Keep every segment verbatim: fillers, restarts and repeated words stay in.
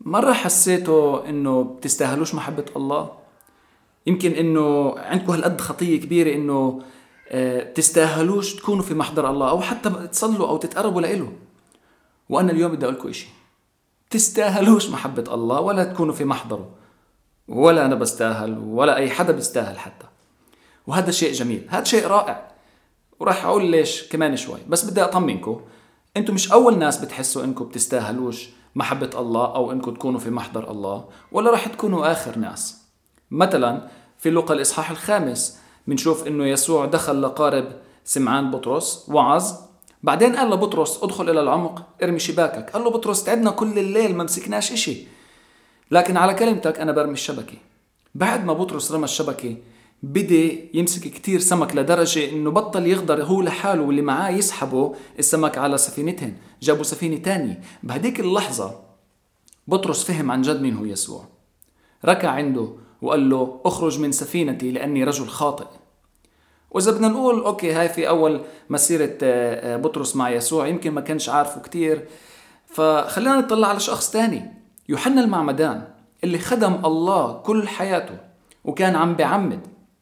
مرة حسيتوا إنه بتستاهلوش محبة الله؟ يمكن إنه عندكم هالقد خطية كبيرة إنه آه، بتستاهلوش تكونوا في محضر الله أو حتى تصلوا أو تتقربوا لإله. وأنا اليوم بدي أقولكم إشي: تستاهلوش محبة الله ولا تكونوا في محضره، ولا أنا بستاهل ولا أي حدا بيستاهل حتى. وهذا شيء جميل، هذا شيء رائع، وراح أقول ليش كمان شوي. بس بدي أطمنكم، أنتم مش أول ناس بتحسوا إنكم بتستاهلوش محبة الله أو إنكم تكونوا في محضر الله، ولا راح تكونوا آخر ناس. مثلا في لوقا الإصحاح الخامس بنشوف إنه يسوع دخل لقارب سمعان بطرس وعظ، بعدين قال لبطرس: ادخل إلى العمق ارمي شباكك. قال له بطرس: تعبنا كل الليل ما مسكناش إشي، لكن على كلمتك أنا برمي الشبكة. بعد ما بطرس رمى الشبكة بدي يمسك كتير سمك لدرجة إنه بطل يقدر هو لحاله واللي معاه يسحبوا السمك على سفينتهن، جابوا سفينة تانية. بهديك اللحظة بطرس فهم عن جد مين هو يسوع، ركع عنده وقال له: اخرج من سفينتي لأني رجل خاطئ. وإذا بدنا نقول أوكي، هاي في أول مسيرة بطرس مع يسوع يمكن ما كانش عارفه كتير، فخلينا نطلع على شخص تاني، يوحنا المعمدان، اللي خدم الله كل حياته وكان عم بعمد.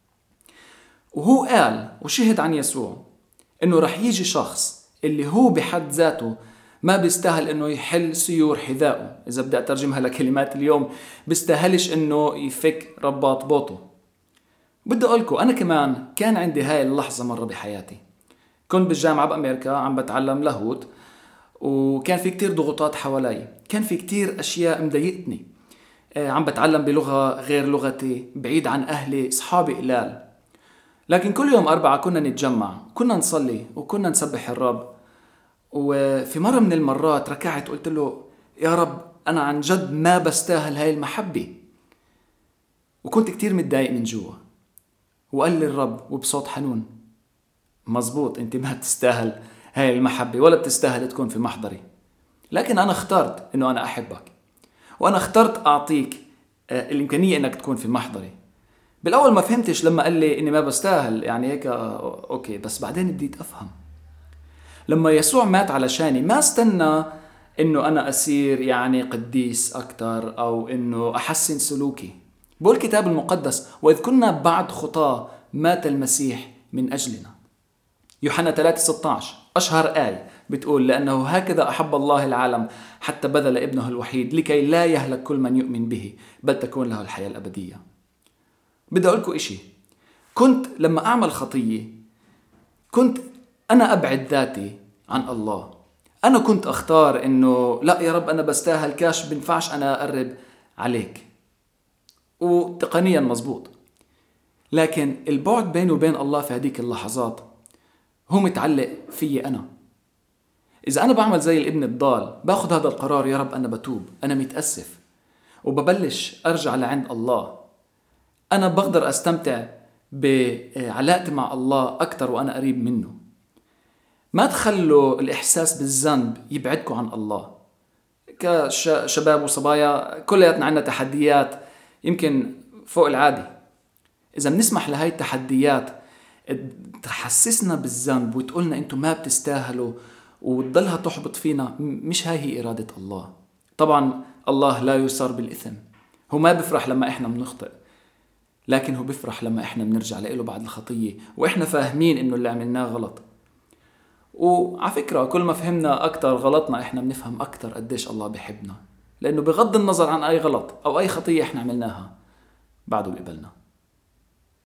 وهو قال وشهد عن يسوع إنه رح يجي شخص اللي هو بحد ذاته ما بيستاهل إنه يحل سيور حذائه. إذا بدي أترجمها لكلمات اليوم، بيستاهلش إنه يفك رباط بوطه. بدي أقولكم أنا كمان كان عندي هاي اللحظة مرة بحياتي. كنت بالجامعة بأمريكا عم بتعلم لاهوت، وكان في كتير ضغوطات حوالي، كان في كتير أشياء مضايقتني. عم بتعلم بلغة غير لغتي، بعيد عن أهلي، صحابي قلال. لكن كل يوم أربعة كنا نتجمع، كنا نصلي وكنا نسبح الرب. وفي مرة من المرات ركعت قلت له: يا رب، أنا عن جد ما بستاهل هاي المحبة. وكنت كتير متضايق من جوا. وقال لي الرب وبصوت حنون: مزبوط، انت ما بتستاهل هاي المحبة ولا بتستاهل تكون في محضري، لكن أنا اخترت إنه أنا أحبك، وأنا اخترت أعطيك الإمكانية إنك تكون في محضري. بالأول ما فهمتش لما قال لي إني ما بستاهل، يعني هيك أوكي، بس بعدين بديت أفهم. لما يسوع مات علشاني ما استنى إنه أنا أصير يعني قديس أكتر أو إنه أحسن سلوكي. بقول الكتاب المقدس: وإذ كنا بعد خطاة مات المسيح من أجلنا. يوحنا ثلاثة ستة عشر أشهر آية بتقول: لأنه هكذا أحب الله العالم حتى بذل ابنه الوحيد لكي لا يهلك كل من يؤمن به بل تكون له الحياة الأبدية. بدي أقولكم إشي: كنت لما أعمل خطية كنت أنا أبعد ذاتي عن الله. أنا كنت أختار إنه لا يا رب، أنا بستاهل كاش، بنفعش أنا أقرب عليك، وتقنيا مزبوط. لكن البعد بيني وبين الله في هذيك اللحظات هو متعلق فيي أنا. إذا أنا بعمل زي الابن الضال، باخد هذا القرار: يا رب أنا بتوب، أنا متأسف، وببلش أرجع لعند الله. أنا بقدر أستمتع بعلاقتي مع الله أكتر وأنا قريب منه. ما تخلوا الإحساس بالذنب يبعدكم عن الله. كشباب وصبايا كلياتنا عنا تحديات يمكن فوق العادي. إذا بنسمح لهاي التحديات تحسسنا بالذنب وتقولنا أنتم ما بتستاهلوا وتضلها تحبط فينا، مش هاي هي إرادة الله. طبعا الله لا يسر بالإثم، هو ما بفرح لما إحنا بنخطئ، لكن هو بفرح لما إحنا بنرجع له بعد الخطية وإحنا فاهمين إنه اللي عملناه غلط. وعلى فكرة كل ما فهمنا أكتر غلطنا، إحنا بنفهم أكتر قديش الله بيحبنا، لأنه بغض النظر عن أي غلط أو أي خطية إحنا عملناها بعده بيقبلنا.